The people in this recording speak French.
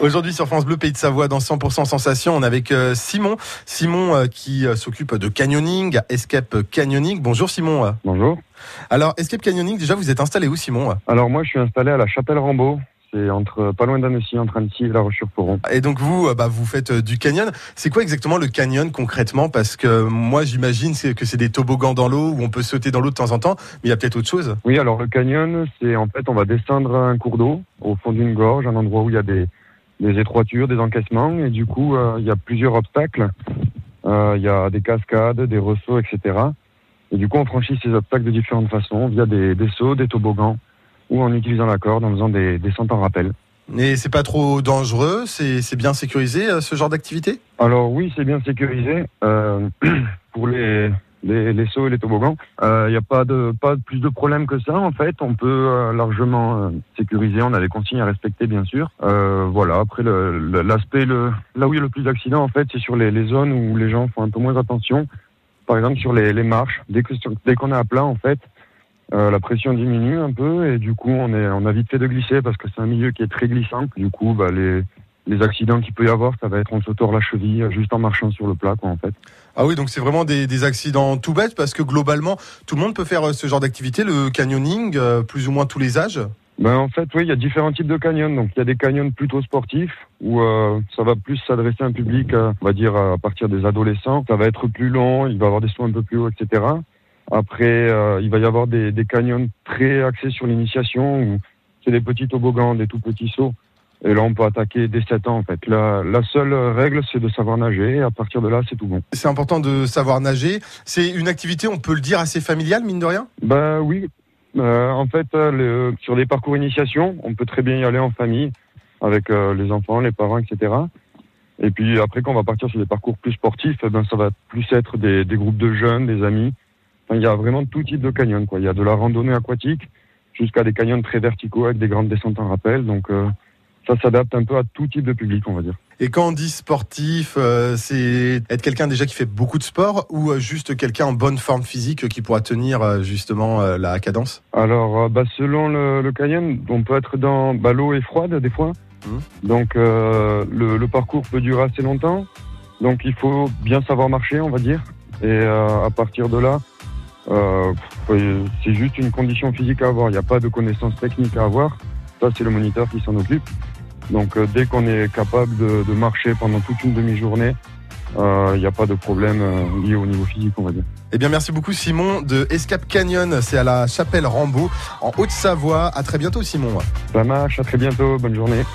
Aujourd'hui sur France Bleu Pays de Savoie dans 100% Sensation, on est avec Simon. Simon qui s'occupe de canyoning, Escape Canyoning. Bonjour Simon. Bonjour. Alors Escape Canyoning, déjà vous êtes installé où Simon? Alors moi je suis installé à la Chapelle Rambaud. C'est pas loin d'Annecy, entre Annecy et La Roche-sur-Foron. Et donc vous faites du canyon. C'est quoi exactement le canyon concrètement? Parce que moi j'imagine que c'est des toboggans dans l'eau où on peut sauter dans l'eau de temps en temps, mais il y a peut-être autre chose. Oui, alors le canyon, c'est en fait on va descendre un cours d'eau au fond d'une gorge, un endroit où il y a des étroitures, des encaissements, et du coup il y a plusieurs obstacles. Il y a des cascades, des ressauts, etc. Et du coup on franchit ces obstacles de différentes façons, via des sauts, des toboggans, ou en utilisant la corde, en faisant des descentes en rappel. Et c'est pas trop dangereux, c'est bien sécurisé ce genre d'activité? Alors oui, c'est bien sécurisé. Pour les sauts et les toboggans, il n'y a pas plus de problème que ça en fait. On peut largement sécuriser, on a des consignes à respecter bien sûr. Voilà, après l'aspect, là où il y a le plus d'accidents en fait, c'est sur les zones où les gens font un peu moins attention. Par exemple sur les marches, dès qu'on est à plat en fait, la pression diminue un peu et du coup on a vite fait de glisser parce que c'est un milieu qui est très glissant. Du coup les accidents qu'il peut y avoir, ça va être on se tord la cheville juste en marchant sur le plat quoi en fait. Ah oui, donc c'est vraiment des accidents tout bêtes parce que globalement tout le monde peut faire ce genre d'activité, le canyoning, plus ou moins tous les âges? En fait oui, il y a différents types de canyons. Donc il y a des canyons plutôt sportifs où ça va plus s'adresser à un public, on va dire à partir des adolescents. Ça va être plus long, il va y avoir des sauts un peu plus hauts, etc. Après, il va y avoir des canyons très axés sur l'initiation où c'est des petits toboggans, des tout petits sauts. Et là, on peut attaquer dès 7 ans, en fait. La seule règle, c'est de savoir nager. Et à partir de là, c'est tout bon. C'est important de savoir nager. C'est une activité, on peut le dire, assez familiale, mine de rien? Oui. En fait, sur des parcours initiation, on peut très bien y aller en famille, avec les enfants, les parents, etc. Et puis après, quand on va partir sur des parcours plus sportifs, ça va plus être des groupes de jeunes, des amis. Enfin, il y a vraiment tout type de canyon, quoi. Il y a de la randonnée aquatique jusqu'à des canyons très verticaux avec des grandes descentes en rappel. Donc, ça s'adapte un peu à tout type de public, on va dire. Et quand on dit sportif, c'est être quelqu'un déjà qui fait beaucoup de sport ou juste quelqu'un en bonne forme physique qui pourra tenir justement la cadence? Alors, selon le canyon, on peut être dans l'eau est froide des fois. Donc, le parcours peut durer assez longtemps. Donc, il faut bien savoir marcher, on va dire. Et à partir de là, c'est juste une condition physique à avoir. Il n'y a pas de connaissances techniques à avoir. Ça, c'est le moniteur qui s'en occupe. Donc, dès qu'on est capable de marcher pendant toute une demi-journée, il n'y a pas de problème lié au niveau physique, on va dire. Eh bien, merci beaucoup Simon de Escape Canyon. C'est à la Chapelle Rambaud, en Haute-Savoie. À très bientôt Simon. Ça marche, à très bientôt. Bonne journée.